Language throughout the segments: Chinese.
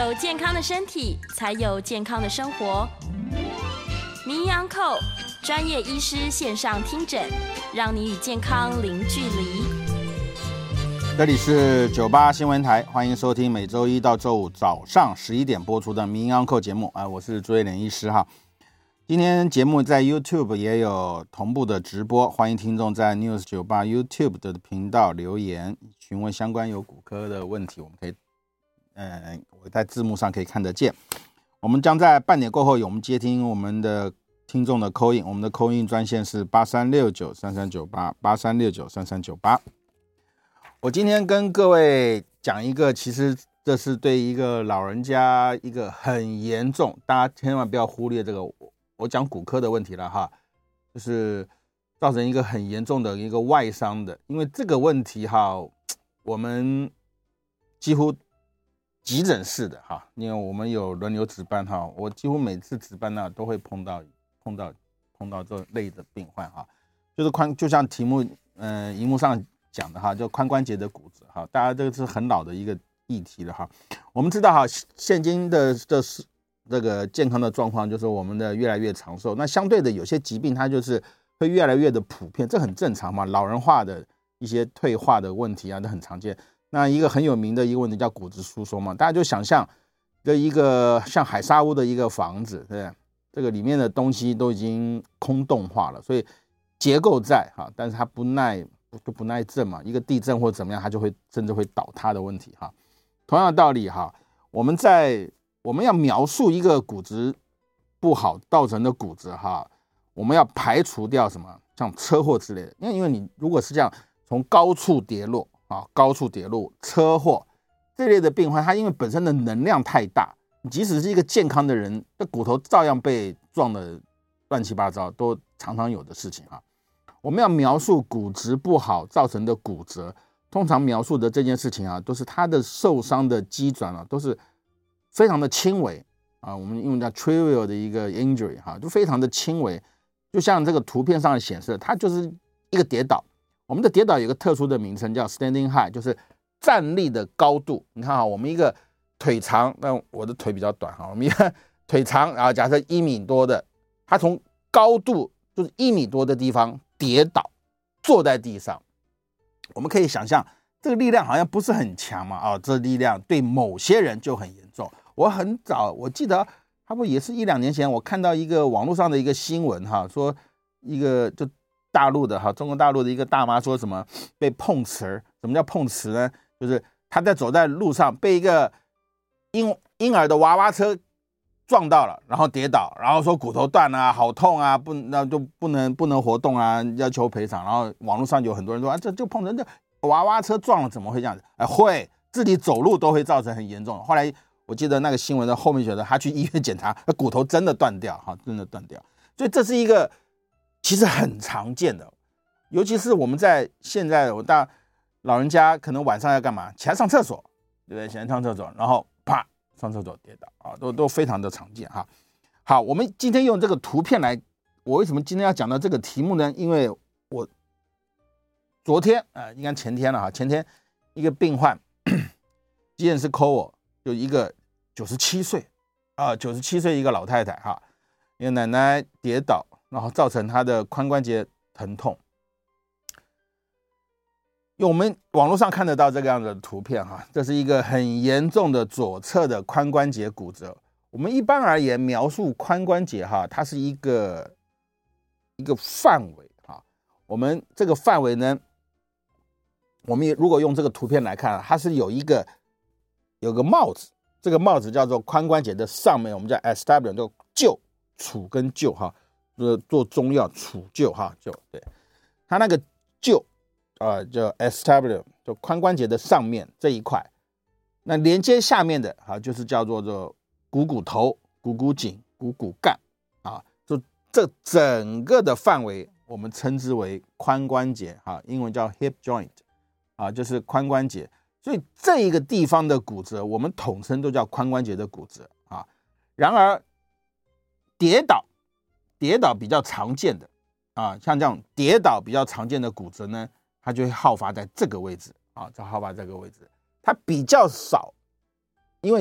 有健康的身体，才有健康的生活。名医安扣专业医师线上听诊，让你与健康零距离。 这里是98新闻台，欢迎收听每周一到周五早上11点播出的名医安扣节目。我是朱叶莲医师哈。今天节目在 YouTube 也有同步的直播，欢迎听众在 News 98 YouTube 的频道留言，询问相关有骨科的问题，我们可以我在字幕上可以看得见。我们将在半点过后我们接听我们的听众的 call in， 我们的 call in 专线是83693398 83693398。我今天跟各位讲一个，其实这是对一个老人家一个很严重，大家千万不要忽略这个。我讲骨科的问题了哈，就是造成一个很严重的一个外伤的，因为这个问题哈，我们几乎急诊室的哈，因为我们有轮流值班哈，我几乎每次值班呢都会碰到这类的病患哈，就像题目荧幕上讲的哈，就髋关节的骨折哈，大家这个是很老的一个议题了哈。我们知道哈，现今的这个健康的状况就是我们的越来越长寿，那相对的有些疾病它就是会越来越的普遍，这很正常嘛，老人化的一些退化的问题啊都很常见。那一个很有名的一个问题叫骨质疏松嘛，大家就想象的一个像海沙屋的一个房子，对不对？这个里面的东西都已经空洞化了，所以结构在哈，但是它不耐震嘛，一个地震或怎么样，它就会甚至会倒塌的问题哈。同样的道理哈，我们要描述一个骨质不好造成的骨折哈，我们要排除掉什么像车祸之类的，因为你如果是这样从高处跌落啊，车祸这类的病患，它因为本身的能量太大，即使是一个健康的人，这骨头照样被撞得乱七八糟，都常常有的事情哈。我们要描述骨质不好造成的骨折，通常描述的这件事情啊，都是他的受伤的机转啊，都是非常的轻微啊，我们用叫 trivial 的一个 injury 哈，就非常的轻微，就像这个图片上显示，它就是一个跌倒。我们的跌倒有一个特殊的名称叫 standing high， 就是站立的高度。你看哈，我们一个腿长，但我的腿比较短哈，我们一个腿长，然后假设1米多的，它从高度就是1米多的地方跌倒，坐在地上，我们可以想象这个力量好像不是很强嘛，这力量对某些人就很严重。我记得差不多也是1-2年前，我看到一个网络上的一个新闻哈，说一个就大陆的哈，中国大陆的一个大妈说什么被碰瓷儿。什么叫碰瓷呢？就是她走在路上被一个婴儿的娃娃车撞到了，然后跌倒，然后说骨头断啊，好痛啊，那就不能活动啊，要求赔偿。然后网络上有很多人说这就碰成这娃娃车撞了，怎么会这样子？会自己走路都会造成很严重。后来我记得那个新闻的后面觉得他去医院检查，骨头真的断掉，真的断掉。所以这是一个其实很常见的，尤其是我们在现在老人家可能晚上要干嘛？起来上厕所，对不对？起来上厕所，然后啪上厕所跌倒啊，都非常的常见哈。好，我们今天用这个图片来，我为什么今天要讲到这个题目呢？因为我昨天应该前天了哈，前天一个病患急诊室 call 我，就一个97岁97岁一个老太太哈，一个奶奶跌倒，然后造成她的髋关节疼痛。因为我们网络上看得到这个样的图片哈，这是一个很严重的左侧的髋关节骨折。我们一般而言描述髋关节哈，它是一个范围哈。我们这个范围呢，我们如果用这个图片来看，它是有个帽子，这个帽子叫做髋关节的上面，我们叫 SW， 就杵跟臼哈，做中药杵臼哈，对，它那个臼叫 SW， 就髋关节的上面这一块，那连接下面的就是叫做股骨头、股骨颈、股骨干就这整个的范围我们称之为髋关节英文叫 hip joint 就是髋关节。所以这一个地方的骨折，我们统称都叫髋关节的骨折然而跌倒比较常见的像这样跌倒比较常见的骨折呢，它就会好发在这个位置它比较少，因为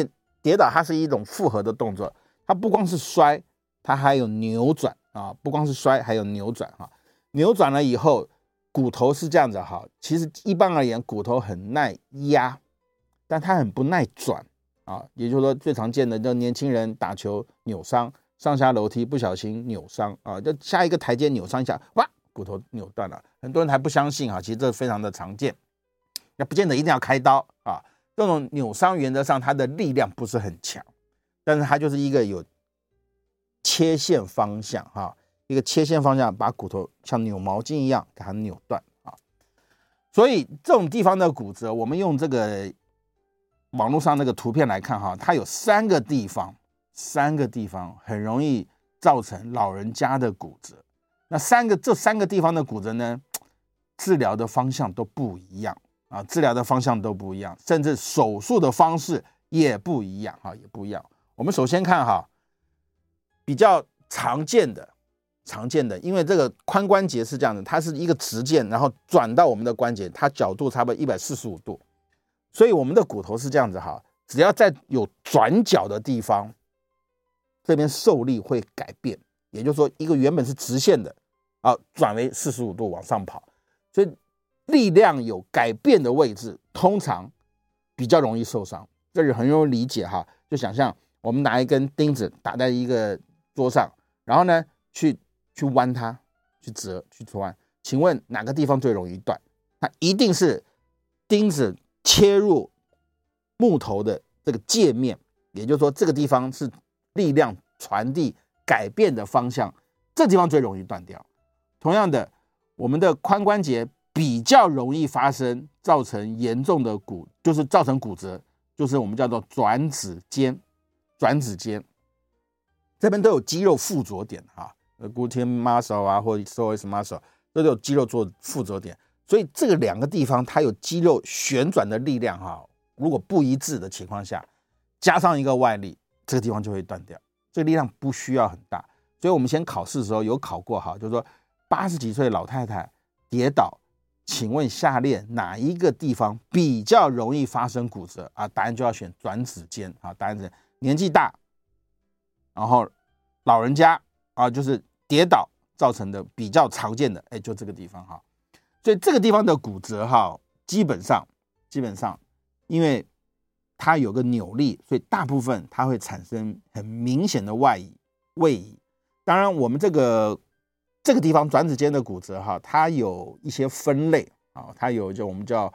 跌倒它是一种复合的动作，它不光是摔，它还有扭转啊，不光是摔，还有扭转哈。扭转了以后，骨头是这样子哈，其实一般而言，骨头很耐压，但它很不耐转啊。也就是说，最常见的就年轻人打球扭伤，上下楼梯不小心扭伤啊，就下一个台阶扭伤一下，哇，骨头扭断了。很多人还不相信啊，其实这非常的常见，那不见得一定要开刀啊。这种扭伤原则上它的力量不是很强，但是它就是一个有切线方向哈，一个切线方向把骨头像扭毛巾一样给它扭断啊。所以这种地方的骨折，我们用这个网络上那个图片来看哈，它有三个地方很容易造成老人家的骨折。那这三个地方的骨折呢，治疗的方向都不一样啊，甚至手术的方式也不一样哈，也不一样。我们首先看哈，比较常见的，因为这个髋关节是这样的，它是一个直线，然后转到我们的关节，它角度差不多145度，所以我们的骨头是这样子哈，只要在有转角的地方，这边受力会改变，也就是说，一个原本是直线的啊，转为45度往上跑，所以力量有改变的位置，通常比较容易受伤，这是很容易理解哈。就想象我们拿一根钉子打在一个桌上，然后呢去弯它，去折，去弯，请问哪个地方最容易断？它一定是钉子切入木头的这个界面，也就是说这个地方是力量传递改变的方向，这地方最容易断掉。同样的，我们的髋关节比较容易发生造成严重的就是造成骨折，就是我们叫做转指尖这边都有肌肉附着点哈，gluteus muscle 啊，或者 psoas muscle 都有肌肉做附着点，所以这个两个地方它有肌肉旋转的力量哈，如果不一致的情况下，加上一个外力，这个地方就会断掉。这个力量不需要很大，所以我们先考试的时候有考过哈，就是说80几岁老太太跌倒，请问下列哪一个地方比较容易发生骨折啊？答案就要选转指尖啊，答案是年纪大，然后老人家啊，就是跌倒造成的比较常见的，就这个地方哈。所以这个地方的骨折哈，基本上，因为它有个扭力，所以大部分它会产生很明显的位移。当然，我们这个地方转指尖的骨折哈，它有一些分类啊，它有我们叫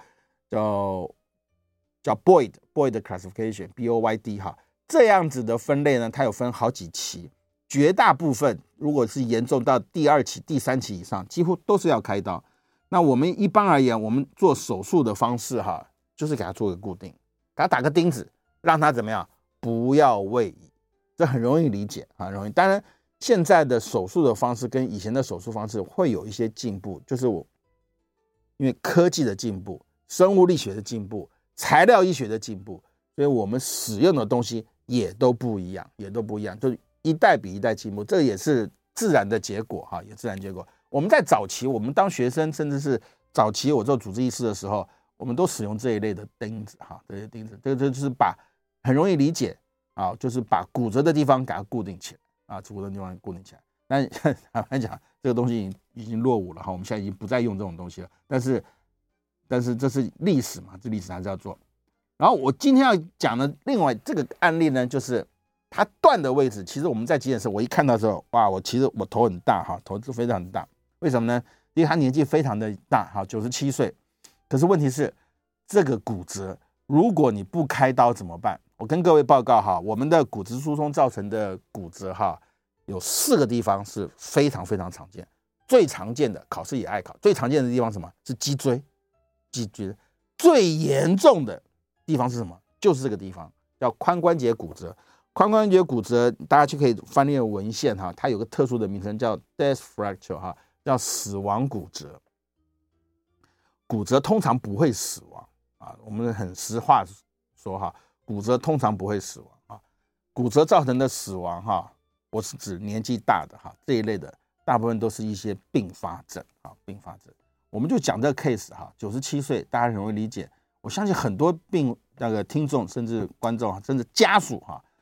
Boyd classification BOYD 哈，这样子的分类呢，它有分好几期，绝大部分如果是严重到第2期、第3期以上，几乎都是要开刀。那我们一般而言，我们做手术的方式哈，就是给它做个固定，给它打个钉子，让它怎么样，不要位移，这很容易理解啊，容易。当然，现在的手术的方式跟以前的手术方式会有一些进步，就是因为科技的进步、生物力学的进步、材料医学的进步，所以我们使用的东西也都不一样，就是一代比一代进步，这也是自然的结果哈，也自然结果。我们在早期，我们当学生，甚至是早期我做主治医师的时候，我们都使用这一类的钉子哈，这些钉子，这个就是很容易理解啊，就是把骨折的地方给它固定起来啊，骨折的地方固定起来。但坦白讲，这个东西已经落伍了哈，我们现在已经不再用这种东西了。但是这是历史嘛，这历史还是要做。然后我今天要讲的另外这个案例呢，就是它断的位置。其实我们在急诊室，我一看到的时候，哇，我头很大哈，头是非常大。为什么呢？因为他年纪非常的大哈，97岁。可是问题是，这个骨折，如果你不开刀怎么办？我跟各位报告哈，我们的骨质疏松造成的骨折哈，有4个地方是非常非常常见。最常见的，考试也爱考，最常见的地方是什么？是脊椎。最严重的地方是什么？就是这个地方，叫髋关节骨折。髋关节骨折，大家就可以翻阅文献哈，它有个特殊的名称叫 death fracture 哈，叫死亡骨折。骨折通常不会死亡啊，我们很实话说哈，骨折通常不会死亡啊。骨折造成的死亡哈，我是指年纪大的哈这一类的，大部分都是一些并发症啊，并发症。我们就讲这个 case 哈，97岁，大家很容易理解。 我相信很多听众甚至观众甚至家属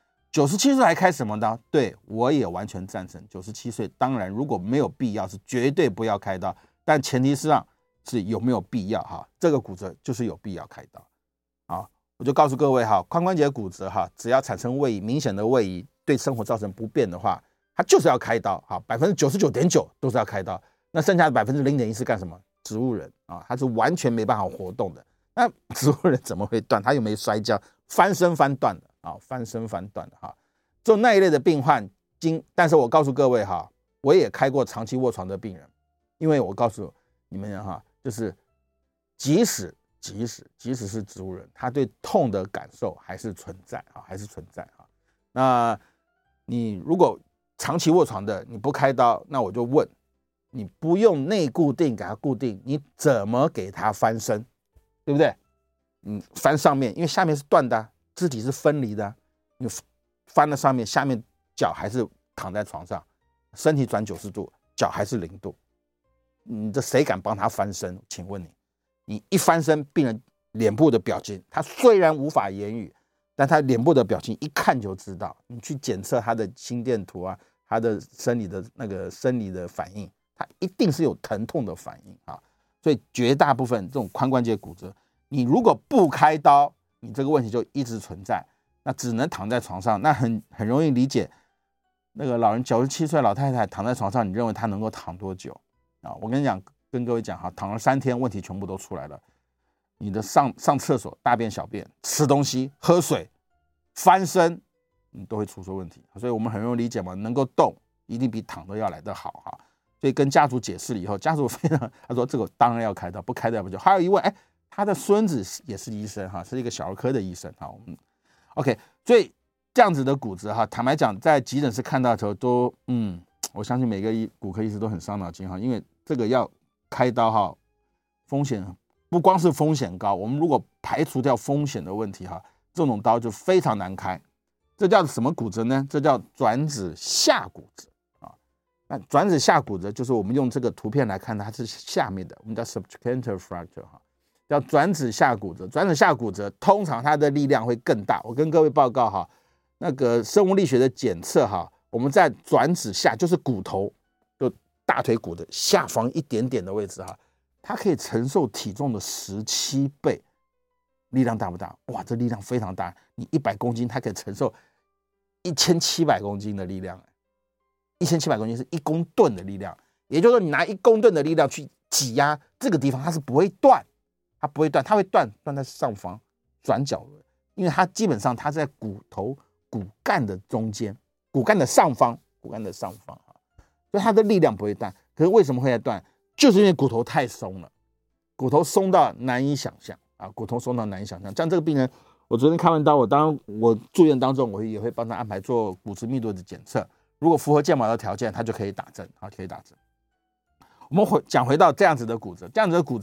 97岁还开什么刀？对，我也完全赞成97岁，当然如果没有必要是绝对不要开刀，但前提是有没有必要这个骨折就是有必要开刀我就告诉各位髋关节骨折只要产生明显的位移，对生活造成不便的话，它就是要开刀99.9%都是要开刀。那剩下的0.1%是干什么？植物人他是完全没办法活动的。那植物人怎么会断？他又没摔跤，翻身翻断的翻身翻断的就那一类的病患但是我告诉各位我也开过长期卧床的病人，因为我告诉你们就是即使是植物人，他对痛的感受还是存在那你如果长期卧床的，你不开刀，那我就问你，不用内固定给他固定，你怎么给他翻身？对不对？翻上面，因为下面是断的肢体是分离的你翻了上面，下面脚还是躺在床上，身体转90度，脚还是0度，这谁敢帮他翻身？请问你一翻身，病人脸部的表情，他虽然无法言语，但他脸部的表情一看就知道。你去检测他的心电图他的生理的反应，他一定是有疼痛的反应所以绝大部分这种髋关节骨折，你如果不开刀，你这个问题就一直存在，那只能躺在床上。那很容易理解，那个老人97岁老太太躺在床上，你认为她能够躺多久我跟各位讲躺了3天，问题全部都出来了。你的上厕所、大便、小便、吃东西、喝水、翻身，都会出问题。所以我们很容易理解嘛，能够动一定比躺的要来得好所以跟家属解释了以后，家属他说这个当然要开刀，不开刀不就。还有一位他的孙子也是医生是一个小儿科的医生OK， 所以这样子的骨折坦白讲，在急诊室看到的时候都我相信每个骨科医师都很伤脑筋因为这个要开刀风险不光是风险高，我们如果排除掉风险的问题这种刀就非常难开。这叫什么骨折呢？这叫转子下骨折那转子下骨折就是我们用这个图片来看，它是下面的，我们叫 subtrochanter fracture 叫转子下骨折。转子下骨折通常它的力量会更大。我跟各位报告那个生物力学的检测我们在转子下，就是骨头，就大腿骨的下方一点点的位置它可以承受体重的17倍，力量大不大？哇，这力量非常大。你100公斤，它可以承受1700公斤的力量，1700公斤是1公吨的力量，也就是说你拿1公吨的力量去挤压这个地方，它是不会断，它会断在上方转角，因为它基本上它在骨干的中间，骨干的上方所以它的力量不会断。可是为什么会断？就是因为骨头太松了，骨头松到难以想象像这个病人，我昨天开完刀，我住院当中，我也会帮他安排做骨质密度的检测。如果符合健保的条件，他就可以打针我们讲回到这样子的骨折，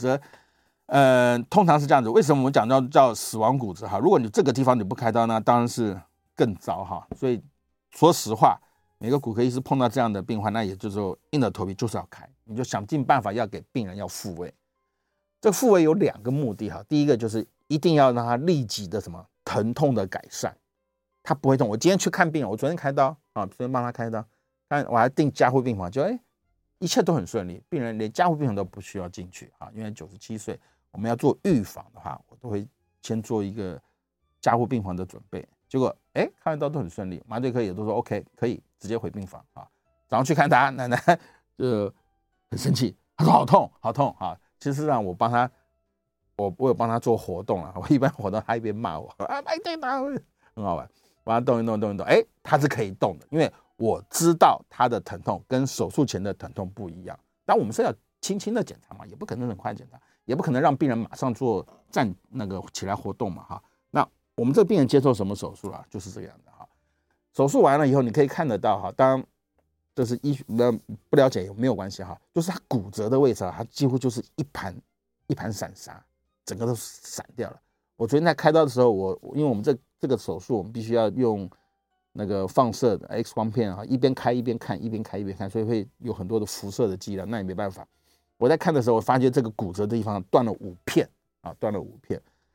通常是这样子。为什么我们讲到叫死亡骨折如果你这个地方你不开刀呢，当然是更糟所以说实话，每个骨科医师碰到这样的病患，那也就是说硬着头皮就是要开，你就想尽办法要给病人要复位。这个复位有2个目的第一个就是一定要让他立即的疼痛的改善，他不会痛。我今天去看病人，我昨天开刀昨天帮他开刀，但我还订加护病房，就一切都很顺利，病人连加护病房都不需要进去因为97岁我们要做预防的话，我都会先做一个加护病房的准备。结果开完刀都很顺利，麻醉科也都说 OK 可以直接回病房早上去看他，奶奶就很生气，他说好痛其实上我有帮他做活动我一般活动他一边骂我对打很好玩，帮他动一动他是可以动的，因为我知道他的疼痛跟手术前的疼痛不一样。但我们是要轻轻的检查嘛，也不可能很快检查，也不可能让病人马上做起来活动嘛那我们这个病人接受什么手术就是这样的手术完了以后，你可以看得到当然这是不了解也没有关系就是他骨折的位置他几乎就是一盘散沙，整个都散掉了。我昨天在开刀的时候，因为我们这个手术我们必须要用那个放射的 X 光片一边开一边看，所以会有很多的辐射的剂量，那也没办法。我在看的时候，我发觉这个骨折的地方断了5片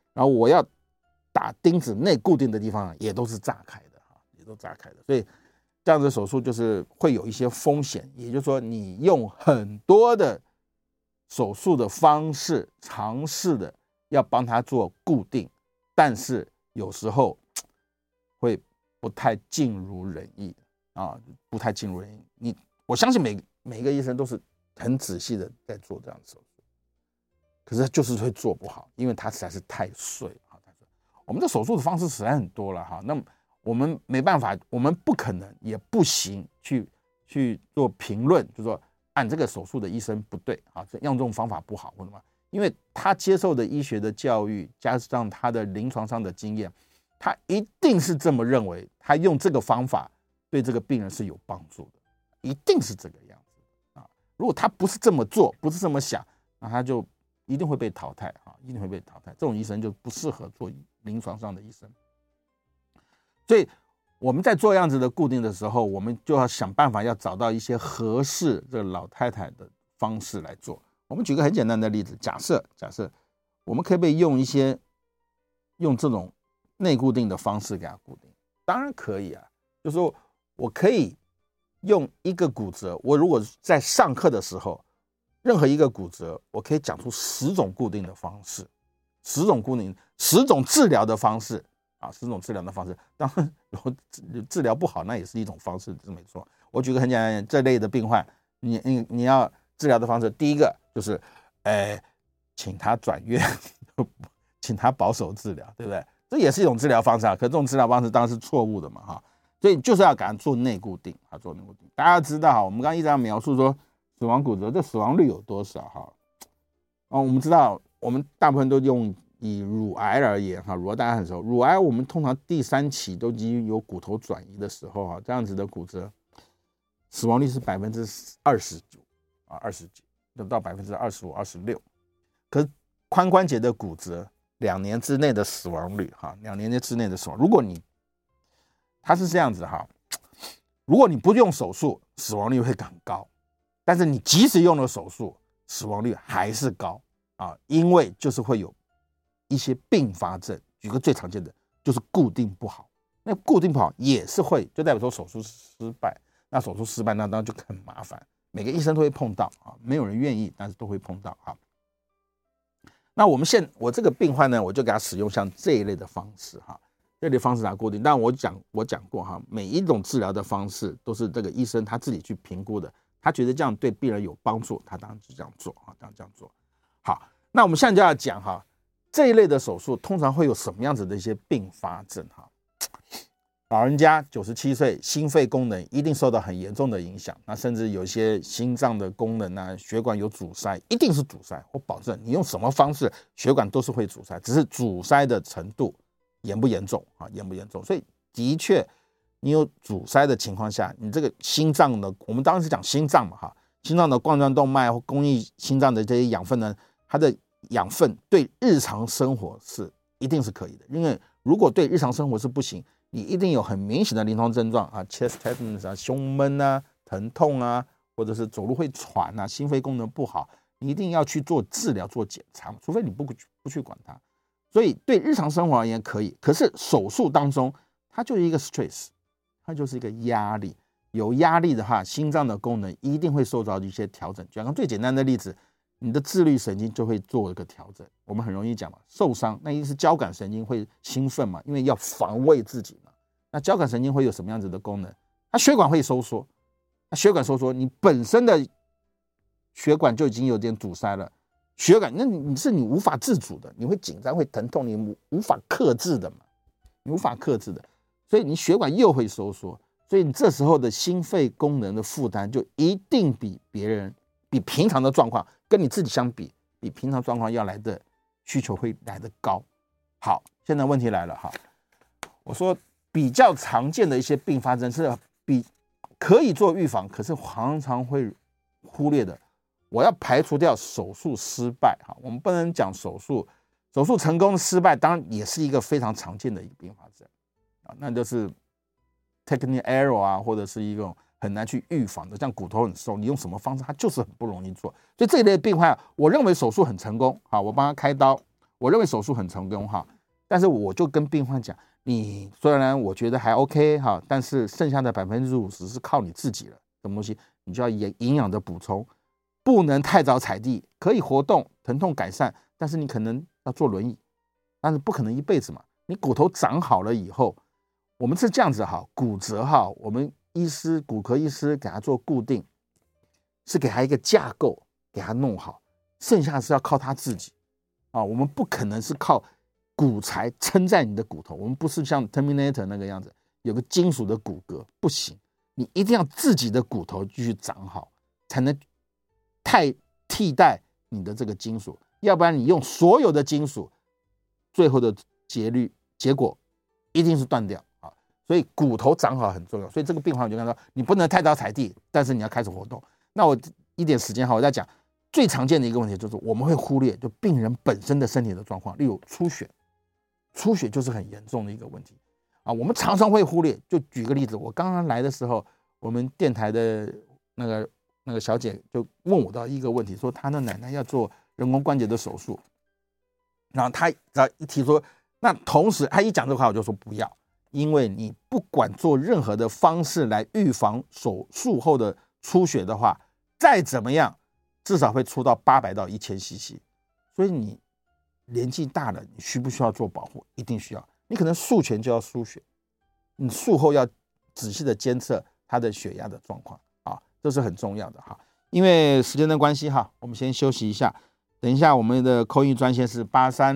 然后我要打钉子内固定的地方也都是炸开的，也都炸开的，所以这样的手术就是会有一些风险，也就是说你用很多的手术的方式尝试的要帮它做固定，但是有时候会不太尽如人意不太尽如人意。我相信每个医生都是很仔细的在做这样的手术，可是就是会做不好，因为它实在是太碎。我们的手术的方式实在很多了那么我们没办法，我们不可能也不行去做评论，就是说按这个手术的医生不对用这种方法不好或者什么，因为他接受的医学的教育加上他的临床上的经验，他一定是这么认为，他用这个方法对这个病人是有帮助的，一定是这个样子如果他不是这么做，不是这么想，那他就一定会被淘汰一定会被淘汰。这种医生就不适合做临床上的医生。所以我们在做样子的固定的时候，我们就要想办法要找到一些合适这个老太太的方式来做。我们举个很简单的例子，假设我们可不可以用这种内固定的方式给它固定？当然可以就是说我可以用一个骨折，我如果在上课的时候，任何一个骨折，我可以讲出10种固定的方式，10种治疗的方式10种治疗的方式。当然如果治疗不好，那也是一种方式，是没错。我举个很简单，这类的病患，你要治疗的方式，第一个就是请他转院请他保守治疗，对不对？这也是一种治疗方式可这种治疗方式当然是错误的嘛所以就是要给他做内固定做内固定。大家知道我们刚刚一直在描述说死亡骨折这死亡率有多少我们知道我们大部分都用以乳癌而言乳癌大家很熟，乳癌我们通常第3期都已经有骨头转移的时候这样子的骨折死亡率是29%到25%、26%。可是髋关节的骨折2年之内的死亡率2年之内的死亡，如果它是这样子如果你不用手术，死亡率会很高，但是你即使用了手术，死亡率还是高因为就是会有一些并发症。举个最常见的就是固定不好，那固定不好也是会就代表说手术失败，那手术失败那当然就很麻烦，每个医生都会碰到没有人愿意，但是都会碰到那我这个病患呢，我就给他使用像这一类的方式这类方式来固定。但我讲过每一种治疗的方式都是这个医生他自己去评估的，他觉得这样对病人有帮助，他当然就这样做这样做。好，那我们现在就要讲这一类的手术通常会有什么样子的一些并发症老人家97岁，心肺功能一定受到很严重的影响，那甚至有一些心脏的功能血管有阻塞，一定是阻塞。我保证你用什么方式血管都是会阻塞，只是阻塞的程度严不严重严不严重。所以的确你有阻塞的情况下，你这个心脏的，我们当然是讲心脏嘛心脏的冠状动脉或供应心脏的这些养分呢，它的养分对日常生活是一定是可以的。因为如果对日常生活是不行，你一定有很明显的临床症状chest tightness 胸闷疼痛或者是走路会喘心肺功能不好，你一定要去做治疗做检查，除非你不去管它。所以对日常生活而言可以，可是手术当中它就是一个 stress， 它就是一个压力。有压力的话，心脏的功能一定会受到一些调整。就像最简单的例子，你的自律神经就会做一个调整。我们很容易讲嘛，受伤那一定是交感神经会兴奋嘛，因为要防卫自己嘛。那交感神经会有什么样子的功能？它血管会收缩，那血管收缩，你本身的血管就已经有点阻塞了，血管那你无法自主的，你会紧张会疼痛，你无法克制的嘛，你无法克制的，所以你血管又会收缩，所以你这时候的心肺功能的负担就一定比平常的状况跟你自己相比，比平常状况要来的需求会来得高。好，现在问题来了我说比较常见的一些并发症是可以做预防，可是常常会忽略的。我要排除掉手术失败我们不能讲手术成功的失败，当然也是一个非常常见的一个并发症那就是 technical error 或者是一种很难去预防的，像骨头很瘦，你用什么方式它就是很不容易做。所以这一类病患，我认为手术很成功我帮他开刀， 我认为手术很成功哈，但是我就跟病患讲，你虽然我觉得还 OK 哈，但是剩下的50%是靠你自己了，什么东西你就要营养的补充，不能太早踩地，可以活动，疼痛改善，但是你可能要坐轮椅，但是不可能一辈子嘛。你骨头长好了以后，我们是这样子哈，骨折哈，我们骨科医师给他做固定，是给他一个架构，给他弄好，剩下是要靠他自己啊。我们不可能是靠骨材撑在你的骨头，我们不是像 Terminator 那个样子，有个金属的骨骼，不行，你一定要自己的骨头继续长好，才能替代你的这个金属，要不然你用所有的金属，最后的结果一定是断掉啊。所以骨头长好很重要。所以这个病患我就跟他说，你不能太早踩地，但是你要开始活动。那我一点时间哈，我在讲最常见的一个问题就是我们会忽略就病人本身的身体的状况，例如出血就是很严重的一个问题啊。我们常常会忽略，就举个例子，我刚刚来的时候，我们电台的那个小姐就问我到一个问题，说她的奶奶要做人工关节的手术，然后她只要一提说，那同时她一讲这话我就说不要，因为你不管做任何的方式来预防手术后的出血的话，再怎么样至少会出到800到1000cc， 所以你年纪大了，你需不需要做保护？一定需要。你可能术前就要输血，你术后要仔细的监测他的血压的状况啊，这是很重要的哈。因为时间的关系哈，我们先休息一下，等一下我们的call in专线是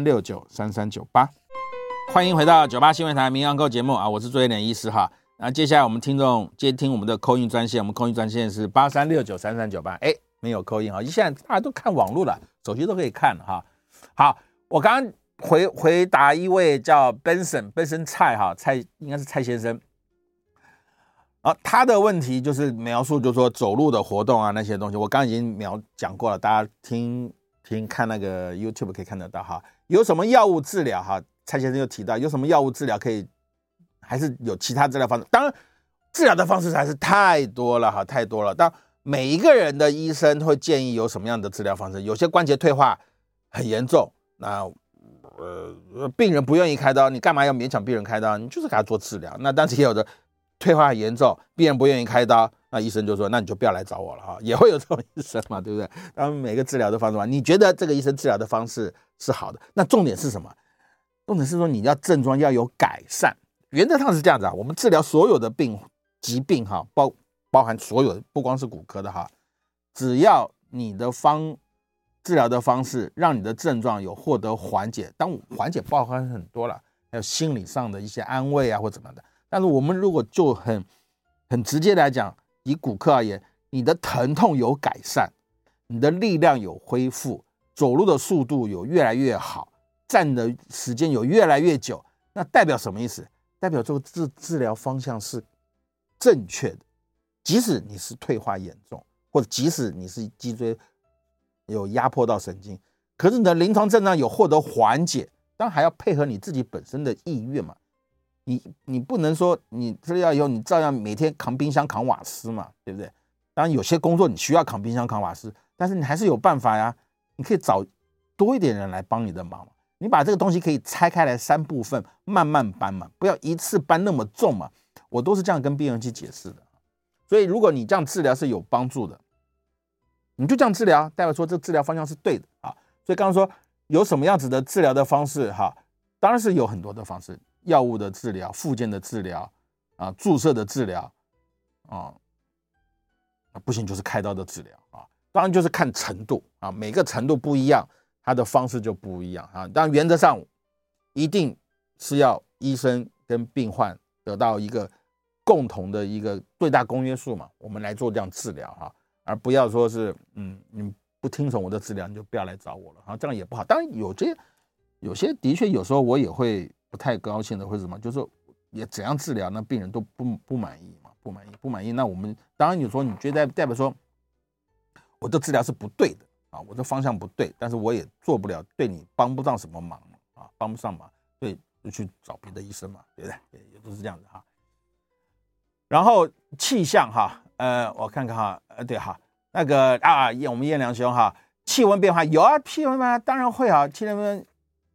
83693398。欢迎回到98新闻台民谣购节目啊，我是作业脸医师哈。那接下来我们听众接听我们的call in专线，我们call in专线是83693398。哎，没有call in啊，现在大家都看网络了，手机都可以看哈。好，我刚刚回答一位叫 Benson 蔡哈，应该是蔡先生。他的问题就是描述，就是说走路的活动啊那些东西，我刚刚已经讲过了，大家看那个 YouTube 可以看得到哈。有什么药物治疗哈？蔡先生又提到有什么药物治疗可以，还是有其他治疗方式？当然，治疗的方式还是太多了哈，太多了。当每一个人的医生会建议有什么样的治疗方式，有些关节退化很严重，那病人不愿意开刀，你干嘛要勉强病人开刀？你就是给他做治疗。那但是也有的退化很严重，病人不愿意开刀，那医生就说那你就不要来找我了哈，也会有这种医生嘛，对不对？当然每个治疗的方式嘛，你觉得这个医生治疗的方式是好的，那重点是什么？重点是说你要症状要有改善。原则上是这样子啊，我们治疗所有的疾病哈，包含所有的，不光是骨科的哈，只要你的治疗的方式让你的症状有获得缓解，当缓解包含很多了，还有心理上的一些安慰啊或怎么样的。但是我们如果就很直接来讲，以骨科而言，你的疼痛有改善，你的力量有恢复，走路的速度有越来越好，站的时间有越来越久，那代表什么意思？代表这个治疗方向是正确的。即使你是退化严重，或者即使你是脊椎有压迫到神经，可是你的临床症状有获得缓解，当然还要配合你自己本身的意愿嘛。你不能说你治疗以后你照样每天扛冰箱扛瓦斯嘛，对不对？当然有些工作你需要扛冰箱扛瓦斯，但是你还是有办法呀，你可以找多一点人来帮你的忙嘛。你把这个东西可以拆开来3部分慢慢搬嘛，不要一次搬那么重嘛。我都是这样跟病人去解释的。所以如果你这样治疗是有帮助的，你就这样治疗，代表说这个治疗方向是对的啊。所以刚刚说有什么样子的治疗的方式哈，当然是有很多的方式，药物的治疗、复健的治疗啊、注射的治疗啊，不行就是开刀的治疗啊。当然就是看程度啊，每个程度不一样，它的方式就不一样啊。当然原则上一定是要医生跟病患得到一个共同的一个最大公约数嘛，我们来做这样治疗哈，而不要说是你不听从我的治疗你就不要来找我了啊，这样也不好。当然有些的确有时候我也会不太高兴的，或者什么，就是也怎样治疗，那病人都不满意嘛，不满意，那我们当然你说你觉得代表说我的治疗是不对的啊，我的方向不对，但是我也做不了，对你帮不上什么忙啊，帮不上忙，对，就去找别的医生嘛，对不对？也都是这样子哈。然后气象哈，我看看哈，对哈，那个我们燕良兄哈，气温变化有啊，气温变化当然会啊，气温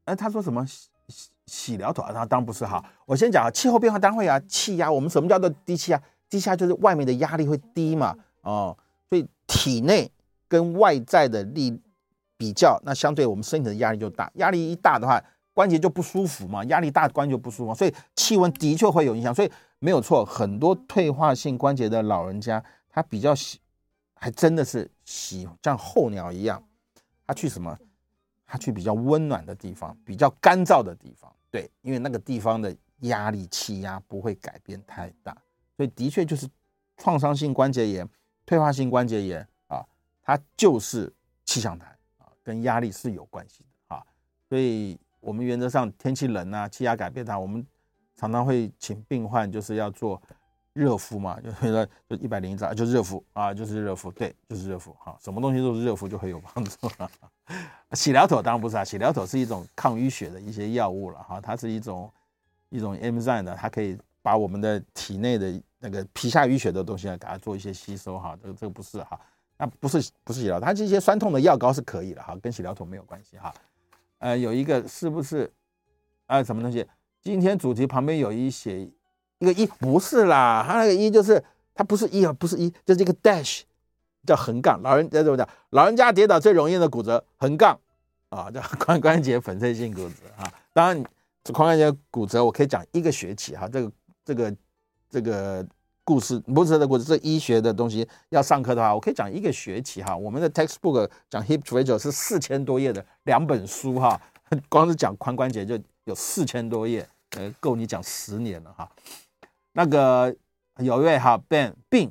他说什么洗疗头啊？当然不是哈。我先讲气候变化当然会啊，气压。我们什么叫做低气压？低气压就是外面的压力会低嘛，所以体内跟外在的力比较，那相对我们身体的压力就大。压力一大的话，关节就不舒服嘛，压力大关节就不舒服，所以气温的确会有影响。所以没有错，很多退化性关节的老人家，他比较还真的是像候鸟一样，他去什么？他去比较温暖的地方，比较干燥的地方，对，因为那个地方的压力气压不会改变太大，所以的确就是创伤性关节炎、退化性关节炎啊，它就是气象台啊，跟压力是有关系的啊，所以我们原则上天气冷啊，气压改变它，我们常常会请病患就是要做热敷嘛，就101兆就热敷啊，就是热敷，对，就是热敷哈，什么东西都是热敷就会有帮助。洗疗头当然不是啊，洗疗头是一种抗淤血的一些药物了哈，它是一种enzyme的，它可以把我们的体内的那个皮下淤血的东西给它做一些吸收哈，这个不是哈，那不是洗疗，它这些酸痛的药膏是可以的哈，跟洗疗头没有关系哈。有一个是不是什么东西？今天主题旁边有写一个一，不是啦，它那个一就是它不是一啊，不是一，就是一个 dash。叫横杠，老人家跌倒最容易的骨折，横杠啊，叫髋关节粉碎性骨折啊。当然，髋关节骨折我可以讲一个学期哈，这个故事不是这个故事，这医学的东西要上课的话，我可以讲一个学期哈。我们的 textbook 讲 hip fracture 是4000多页的2本书哈，光是讲髋关节就有4000多页，够你讲10年了哈。那个有一位哈 Ben 病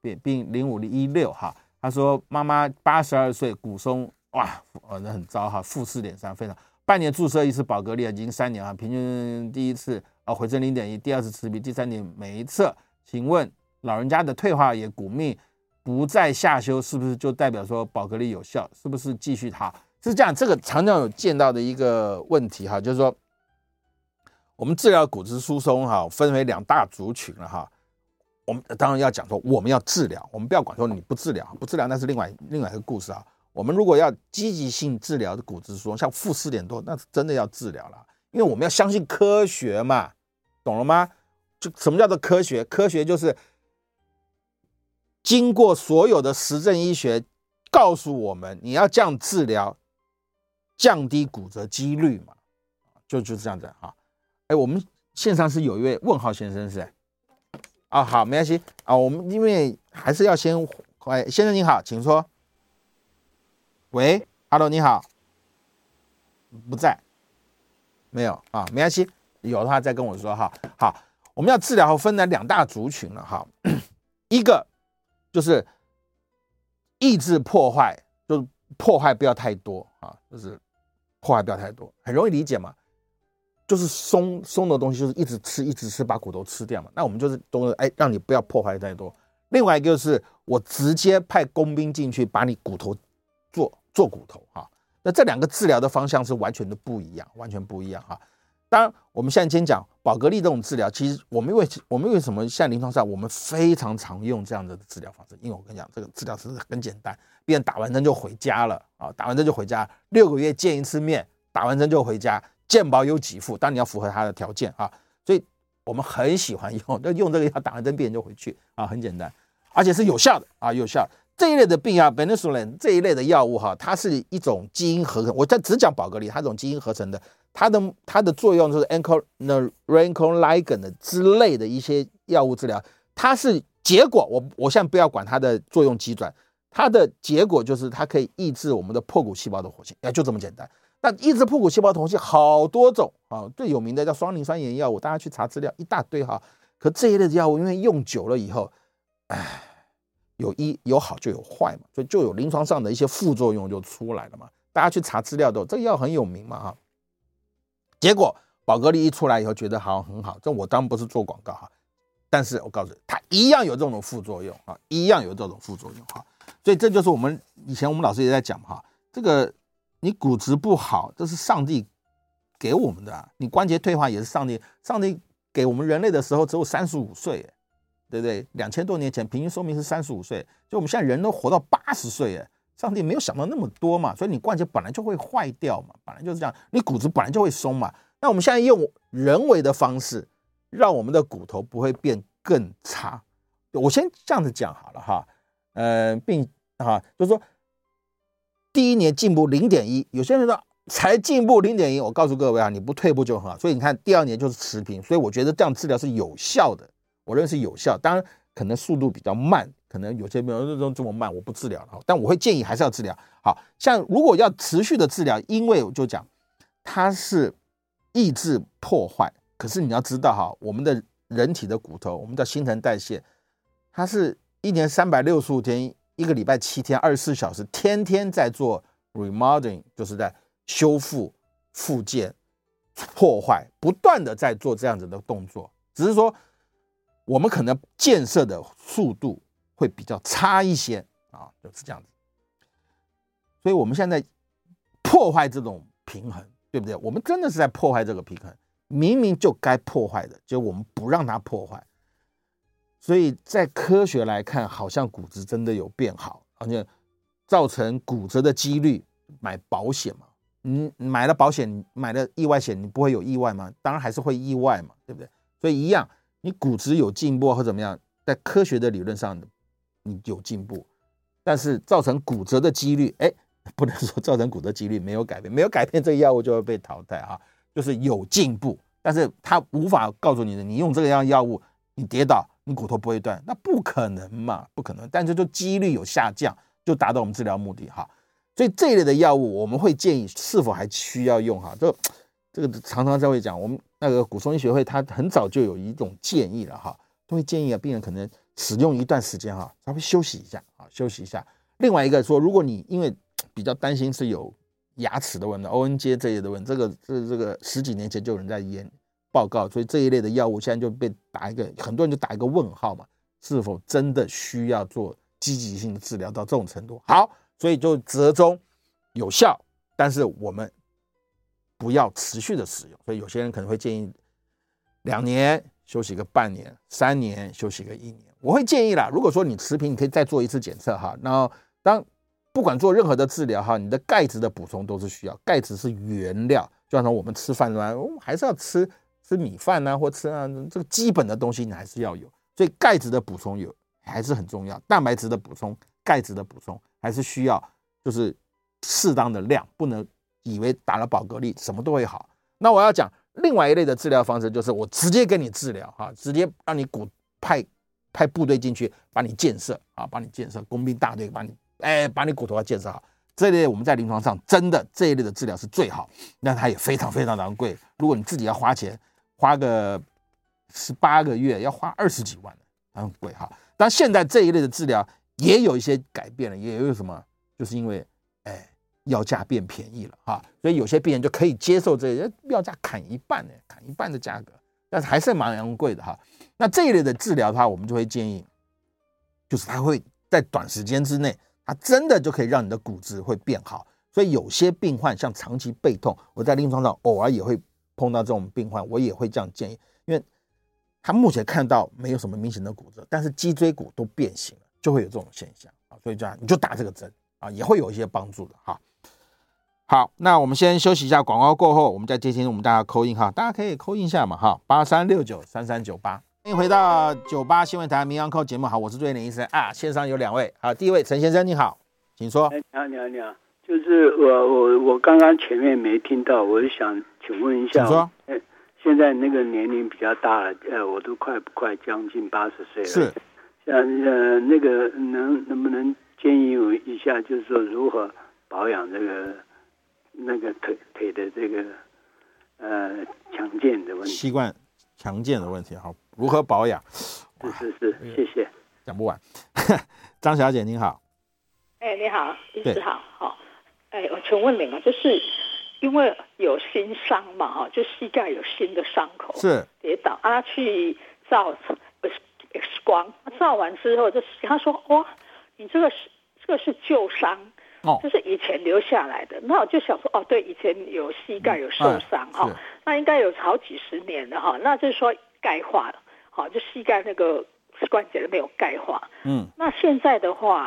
0516哈，他说妈妈82岁，骨松，哇，那很糟哈，负4.3，非常。半年注射一次宝格丽，已经3年了，平均第一次回正0.1，第二次持平，第3年没测。请问老人家的退化也骨密不再下修，是不是就代表说宝格丽有效？是不是继续它？是这样，这个常常有见到的一个问题哈，就是说我们治疗骨质疏松哈，分为2大族群了哈。我们当然要讲说我们要治疗，我们不要管说你不治疗那是另外一个故事啊。我们如果要积极性治疗的骨质疏松，像负4点多，那是真的要治疗了，因为我们要相信科学嘛，懂了吗？就什么叫做科学？科学就是经过所有的实证医学告诉我们，你要这样治疗，降低骨折几率嘛，就是这样子哈。我们线上是有一位问号先生是。好，没关系啊。我们因为还是要先，先生您好，请说。喂 ，Hello， 你好，不在，没有啊，没关系，有的话再跟我说哈。好，我们要治疗后分成2大族群了哈。一个就是抑制破坏，就是破坏不要太多啊，就是破坏不要太多，很容易理解嘛。就是松的东西，就是一直吃，把骨头吃掉嘛。那我们就是让你不要破坏太多。另外一个就是我直接派工兵进去，把你骨头做骨头哈。那这2个治疗的方向是完全不一样，完全不一样哈。当然，我们现在先讲宝格丽这种治疗，其实我们为什么现在临床上我们非常常用这样的治疗方式？因为我跟你讲，这个治疗是很简单，病人打完针就回家了啊，打完针就回家，6个月见一次面，打完针就回家。健保有给付，当然你要符合他的条件啊，所以我们很喜欢用这个药，打完针病人就回去啊，很简单，而且是有效的啊，有效。这一类的病药 Penicillin 这一类的药物哈，它是一种基因合成，我只讲宝格丽，它这种基因合成的，它的作用就是 Rancor-Ligand 之类的一些药物治疗，它是结果，我现在不要管它的作用机转，它的结果就是它可以抑制我们的破骨细胞的活性，就这么简单。那抑制破骨细胞的活性好多种啊，最有名的叫双磷酸盐药物，大家去查资料一大堆哈。可这一类的药物因为用久了以后，有好就有坏嘛，所以就有临床上的一些副作用就出来了嘛。大家去查资料都，这个药很有名嘛哈。结果宝格丽一出来以后，觉得好很好，这我当然不是做广告哈，但是我告诉你，它一样有这种副作用啊，一样有这种副作用哈。所以这就是以前我们老师也在讲哈，这个。你骨质不好，这是上帝给我们的啊！你关节退化也是上帝给我们人类的时候只有35岁，对不对？2000多年前平均寿命是35岁，就我们现在人都活到80岁， 上帝没有想到那么多嘛，所以你关节本来就会坏掉嘛，本来就是这样，你骨质本来就会松嘛。那我们现在用人为的方式，让我们的骨头不会变更差。我先这样子讲好了哈，就是说第一年进步0.1，有些人说才进步0.1，我告诉各位啊，你不退步就很好。所以你看第2年就是持平，所以我觉得这样治疗是有效的，我认为是有效。当然可能速度比较慢，可能有些朋友都这么慢，我不治疗了，但我会建议还是要治疗。好像如果要持续的治疗，因为我就讲它是抑制破坏，可是你要知道哈，我们的人体的骨头，我们的新陈代谢，它是1年365天，1个礼拜7天，24小时，天天在做 remodeling， 就是在修复、复健、破坏，不断的在做这样子的动作。只是说我们可能建设的速度会比较差一些啊，就是这样子。所以我们现在破坏这种平衡，对不对？我们真的是在破坏这个平衡，明明就该破坏的，就我们不让它破坏。所以在科学来看，好像骨质真的有变好，而且造成骨折的几率，买保险嘛，你买了保险，买了意外险，你不会有意外吗？当然还是会意外嘛，对不对？所以一样，你骨质有进步或怎么样，在科学的理论上你有进步，但是造成骨折的几率，不能说造成骨折几率没有改变，没有改变这个药物就会被淘汰啊，就是有进步，但是它无法告诉你的，你用这个样药物，你跌倒，你骨头不会断，那不可能嘛，不可能，但是就几率有下降，就达到我们治疗目的哈。所以这一类的药物，我们会建议是否还需要用哈？这个常常在会讲，我们那个骨松医学会，它很早就有一种建议了哈，都会建议病人可能使用一段时间哈，稍微休息一下啊，休息一下。另外一个说，如果你因为比较担心是有牙齿的问题 ，ONJ 这一类的问题，这个10几年前就有人在报告，所以这一类的药物现在就被很多人就打一个问号嘛，是否真的需要做积极性的治疗到这种程度？好，所以就折中有效，但是我们不要持续的使用，所以有些人可能会建议2年休息个半年，3年休息个1年。我会建议啦，如果说你持平，你可以再做一次检测哈。然后不管做任何的治疗哈，你的钙质的补充都是需要，钙质是原料，就像我们吃饭我们还是要吃米饭啊，或吃这个基本的东西你还是要有，所以钙质的补充还是很重要，蛋白质的补充、钙质的补充还是需要，就是适当的量，不能以为打了宝格丽什么都会好。那我要讲另外一类的治疗方式，就是我直接给你治疗哈，直接让你派部队进去把你建设啊，把你建设工兵大队把你骨头要建设好。这一类我们在临床上真的这一类的治疗是最好，那它也非常非常的昂贵。如果你自己要花钱，花个18个月要花20几万，很贵哈。但现在这一类的治疗也有一些改变了，也有什么，就是因为药价变便宜了哈，所以有些病人就可以接受这些药价砍一半的价格，但是还是蛮昂贵的哈。那这一类的治疗的话，我们就会建议，就是它会在短时间之内，它真的就可以让你的骨质会变好。所以有些病患像长期背痛，我在临床上偶尔也会碰到这种病患，我也会这样建议，因为他目前看到没有什么明显的骨折，但是脊椎骨都变形了，就会有这种现象啊，所以这样你就打这个针啊，也会有一些帮助的哈。好，那我们先休息一下，广告过后我们再接听我们大家call in哈，大家可以call in一下嘛哈，83693398。欢迎回到98新闻台名医堂节目，好，我是最林医生啊，线上有2位，好，第一位陈先生你好，请说。 你好，就是我刚刚前面没听到，我就想请问一下， 请说。 现在那个年龄比较大了，我都快将近80岁了， 是， 那个能不能建议我一下，就是说如何保养那个腿的这个强健的问题， 膝关强健的问题，好，如何保养？ 是，谢谢。 讲不完。张小姐您好。 你好，医师好。好，我请问您啊，就是因为有新伤嘛，哈，就膝盖有新的伤口， 是跌倒啊，去照 X 光，照完之后他说哇，你这个是旧伤。这是以前留下来的，那我就想说，对，以前有膝盖有受伤哈，那应该有好几10年了哈，那就是说钙化了，好，就膝盖那个关节没有钙化，那现在的话，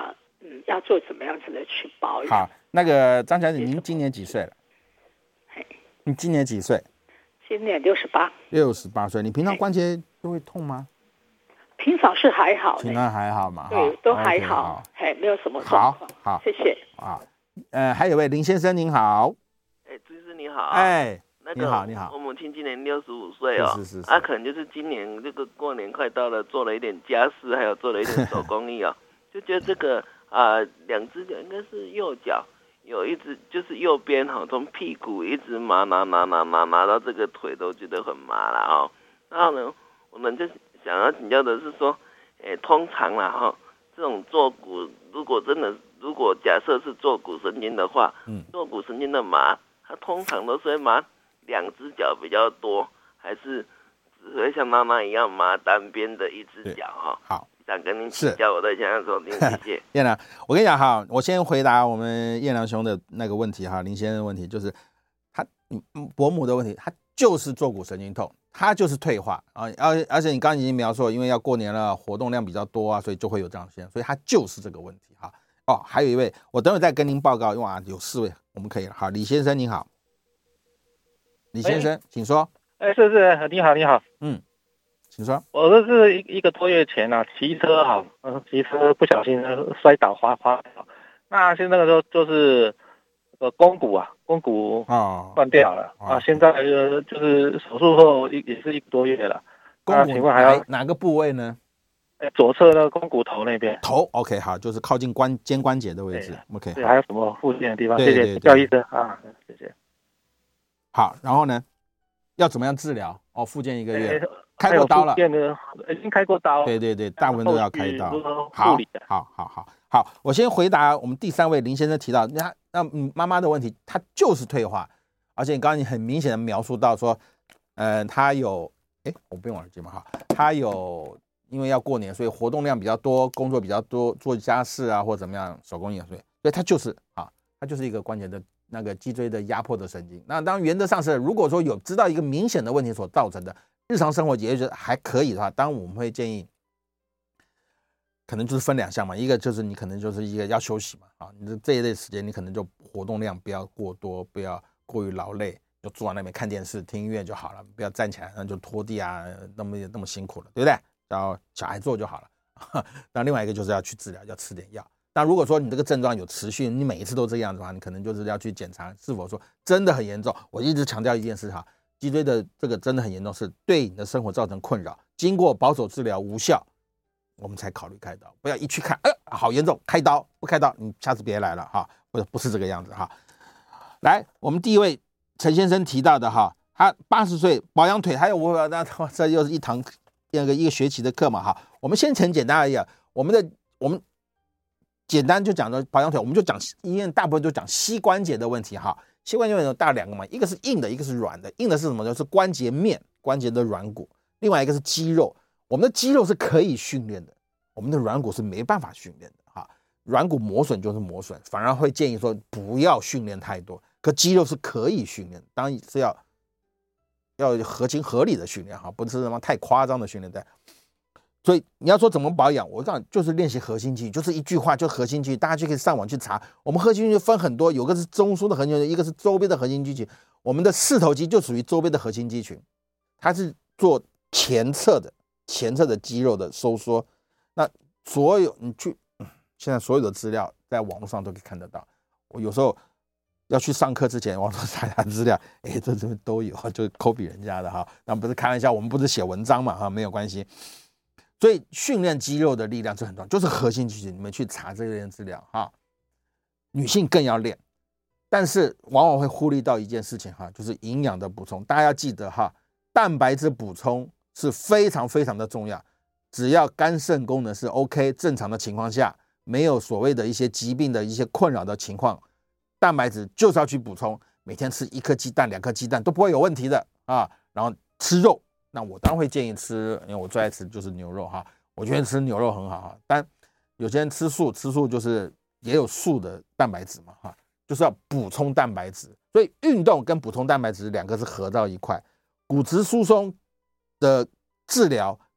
要做怎么样子的去保养。 好，那个张小姐，您今年几岁了？你今年几岁？ 今年68。 68岁，你平常关节都会痛吗？ 平常是还好， 平常还好嘛？ 对，都还好，没有什么状况。 好， 谢谢。 还有位林先生，您好。 朱医师你好。 你好，你好。 我母亲今年65岁哦， 是。 可能就是今年这个过年快到了，做了一点家事，还有做了一点手工艺哦，就觉得这个两只脚应该是右脚。有一直就是右边从屁股一直麻到这个腿都觉得很麻了哦。然后呢，我们就想要请教的是说，通常啦这种坐骨如果假设是坐骨神经的话，坐骨神经的麻，它通常都是会麻两只脚比较多，还是只会像妈妈一样麻单边的一只脚好。 想跟您请教，我在现在收听，谢谢。 燕良，我跟你讲哈，我先回答我们燕良兄的那个问题哈，林先生的问题就是他伯母的问题，他就是坐骨神经痛，他就是退化啊，而且你刚刚已经描述，因为要过年了，活动量比较多啊，所以就会有这样现象，所以他就是这个问题哈。还有一位，我等会再跟您报告，哇，有4位，我们可以了。好，李先生您好，李先生，请说。 是，你好。 请说。 我这是一个多月前骑车骑车不小心摔倒滑倒，那现在那个时候就是肱骨断掉了现在就是手术后也是1个多月了。 肱骨请问还要哪个部位呢？ 左侧那个肱骨头那边。 头 OK 好，就是靠近肩关节的位置 OK。 对，还有什么附件的地方？ 谢谢廖医生谢谢。 好，然后呢，要怎么样治疗？复健1个月。开过刀了， 已经开过刀。 对，大部分都要开刀。好，我先回答我们第3位林先生提到，那妈妈的问题，她就是退化，而且刚刚你很明显的描述到说，她有，我不用耳机嘛哈，她有因为要过年，所以活动量比较多，工作比较多，做家事啊或怎么样，手工艺，所以她就是它就是一个关节的那个脊椎的压迫的神经。那当然原则上是，如果说有知道一个明显的问题所造成的。日常生活也觉得还可以的话，当然我们会建议，可能就是分2项嘛，一个就是你可能就是一个要休息嘛，你这一类时间你可能就活动量不要过多，不要过于劳累，就坐在那边看电视、听音乐就好了，不要站起来那就拖地那么辛苦了，对不对？然后小孩做就好了。那另外一个就是要去治疗，要吃点药。那如果说你这个症状有持续，你每一次都这样的话，你可能就是要去检查是否说真的很严重。我一直强调一件事哈。脊椎的这个真的很严重，是对你的生活造成困扰，经过保守治疗无效，我们才考虑开刀。不要一去看，好严重，开刀，不开刀你下次别来了哈，不是这个样子哈。来，我们第1位陈先生提到的哈，他80岁保养腿，还有这又是一个学期的课嘛哈。我们先很简单而已，我们简单就讲的保养腿，我们就讲医院大部分就讲膝关节的问题哈。膝关节有大2个嘛，一个是硬的，一个是软的。硬的是什么？就是关节面，关节的软骨。另外一个是肌肉，我们的肌肉是可以训练的，我们的软骨是没办法训练的哈。软骨磨损就是磨损，反而会建议说不要训练太多。可肌肉是可以训练的，当然是要合情合理的训练哈，不是什么太夸张的训练的。所以你要说怎么保养，我讲就是练习核心肌群，就是一句话，就核心肌群，大家就可以上网去查。我们核心肌群分很多，有个是中枢的核心肌群，一个是周边的核心肌群。我们的四头肌就属于周边的核心肌群，它是做前侧的肌肉的收缩。那所有你去现在所有的资料在网络上都可以看得到。我有时候要去上课之前，网上查查资料，这都有，就copy人家的哈。那不是开玩笑，我们不是写文章嘛哈，没有关系。所以训练肌肉的力量是很重要，就是核心肌群，你们去查这些资料哈。女性更要练，但是往往会忽略到一件事情哈，就是营养的补充。大家要记得哈，蛋白质补充是非常非常的重要。只要肝肾功能是 OK 正常的情况下，没有所谓的一些疾病的一些困扰的情况，蛋白质就是要去补充。每天吃1颗鸡蛋、2颗鸡蛋都不会有问题的啊。然后吃肉。那我当然会建议吃，因为我最爱吃就是牛肉哈，我觉得吃牛肉很好哈。但有些人吃素就是也有素的蛋白质嘛哈，就是要补充蛋白质。所以运动跟补充蛋白质2个是合到一块。骨质疏松的治疗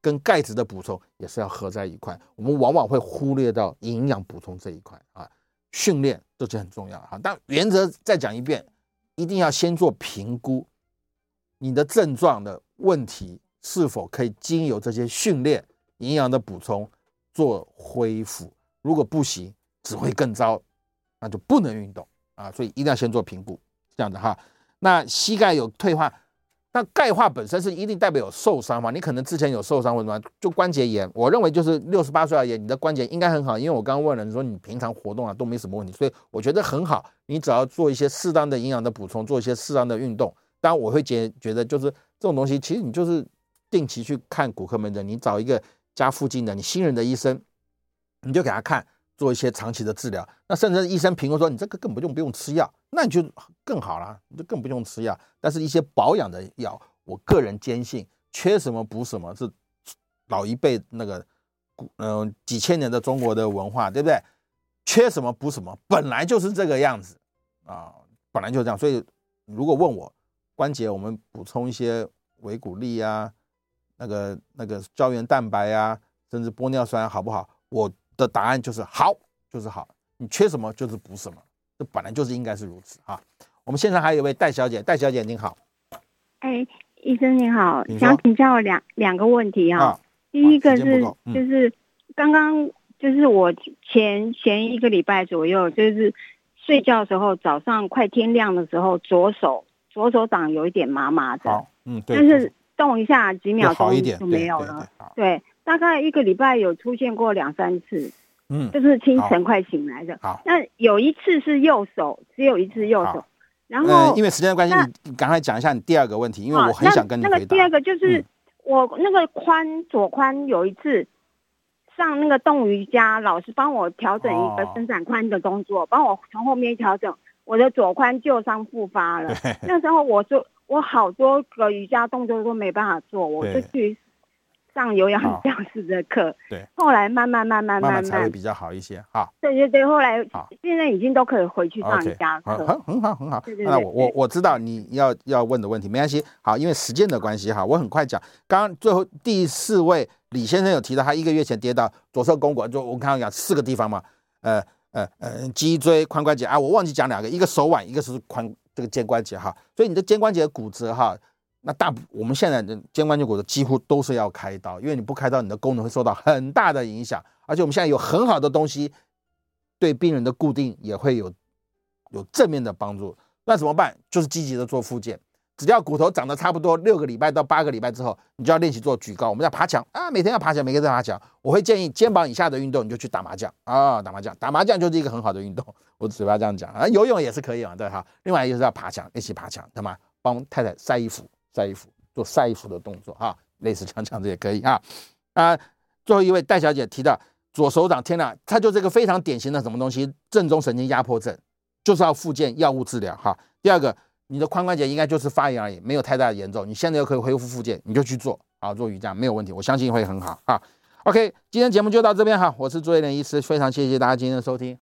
跟钙质的补充也是要合在一块，我们往往会忽略到营养补充这一块啊。训练这就很重要啊。但原则再讲一遍，一定要先做评估，你的症状的问题是否可以经由这些训练、营养的补充做恢复。如果不行，只会更糟，那就不能运动啊。所以一定要先做评估，这样的哈。那膝盖有退化。那钙化本身是一定代表有受伤嘛？你可能之前有受伤或者什么，就关节炎。我认为就是68岁而言，你的关节应该很好，因为我刚刚问了，你说你平常活动啊都没什么问题，所以我觉得很好。你只要做一些适当的营养的补充，做一些适当的运动。当然我会觉得就是这种东西，其实你就是定期去看骨科门诊，你找一个家附近的你信任的医生，你就给他看，做一些长期的治疗。那甚至医生评估说你这个根本就不用吃药，那你就更好了，你就更不用吃药。但是一些保养的药，我个人坚信缺什么补什么，是老一辈那个几千年的中国的文化，对不对？缺什么补什么，本来就是这个样子啊，本来就是这样。所以如果问我关节，我们补充一些维骨力啊，那个胶原蛋白啊，甚至玻尿酸好不好？我的答案就是好，就是好。你缺什么就是补什么，这本来就是应该是如此啊。我们现场还有一位戴小姐，戴小姐您好。 医生您好，想请教两个问题啊。第一个是就是刚刚就是我前一个礼拜左右，就是睡觉的时候，早上快天亮的时候，左手掌有一点麻麻的，对，但是动一下几秒钟就没有了。对，大概一个礼拜有出现过2-3次，就是清晨快醒来的。那有一次是右手，只有一次右手。然后， 因为时间的关系，你赶快讲一下你第二个问题，因为我很想跟你回答。 那个第二个就是我那个左髋有一次上那个动瑜伽，老师帮我调整一个伸展髋的动作，帮我从后面调整，我的左髋旧伤复发了。那时候我好多个瑜伽动作都没办法做，我就去上有氧教室的课， 对， 后来慢慢才会比较好一些。好， 对，后来现在已经都可以回去上瑜伽课， 很好。那我知道你要问的问题，没关系。好，因为时间的关系哈，我很快讲。刚刚最后第4位李先生有提到，他1个月前跌到左侧肱骨，就我刚刚讲4个地方嘛，脊椎、髋关节啊，我忘记讲2个，一个手腕，一个是这个肩关节哈。所以你的肩关节骨折哈。那我们现在的肩关节骨折几乎都是要开刀，因为你不开刀，你的功能会受到很大的影响。而且我们现在有很好的东西，对病人的固定也会有正面的帮助。那怎么办？就是积极的做复健。只要骨头长得差不多6个礼拜到8个礼拜之后，你就要练习做举高。我们要爬墙啊，每天要爬墙，每天要爬墙。我会建议肩膀以下的运动，你就去打麻将啊，打麻将就是一个很好的运动。我嘴巴这样讲啊，游泳也是可以嘛，对哈。另外就是要爬墙，一起爬墙，对吗？帮太太晒衣服。做晒衣服的动作哈，类似这样子也可以啊。最后一位戴小姐提到左手掌，天哪，它就是一个非常典型的什么东西，正中神经压迫症，就是要复健药物治疗哈。第二个，你的髋关节应该就是发炎而已，没有太大的严重，你现在又可以恢复复健，你就去做啊，做瑜伽没有问题，我相信会很好啊。OK， 今天节目就到这边哈，我是朱叶莲医师，非常谢谢大家今天的收听。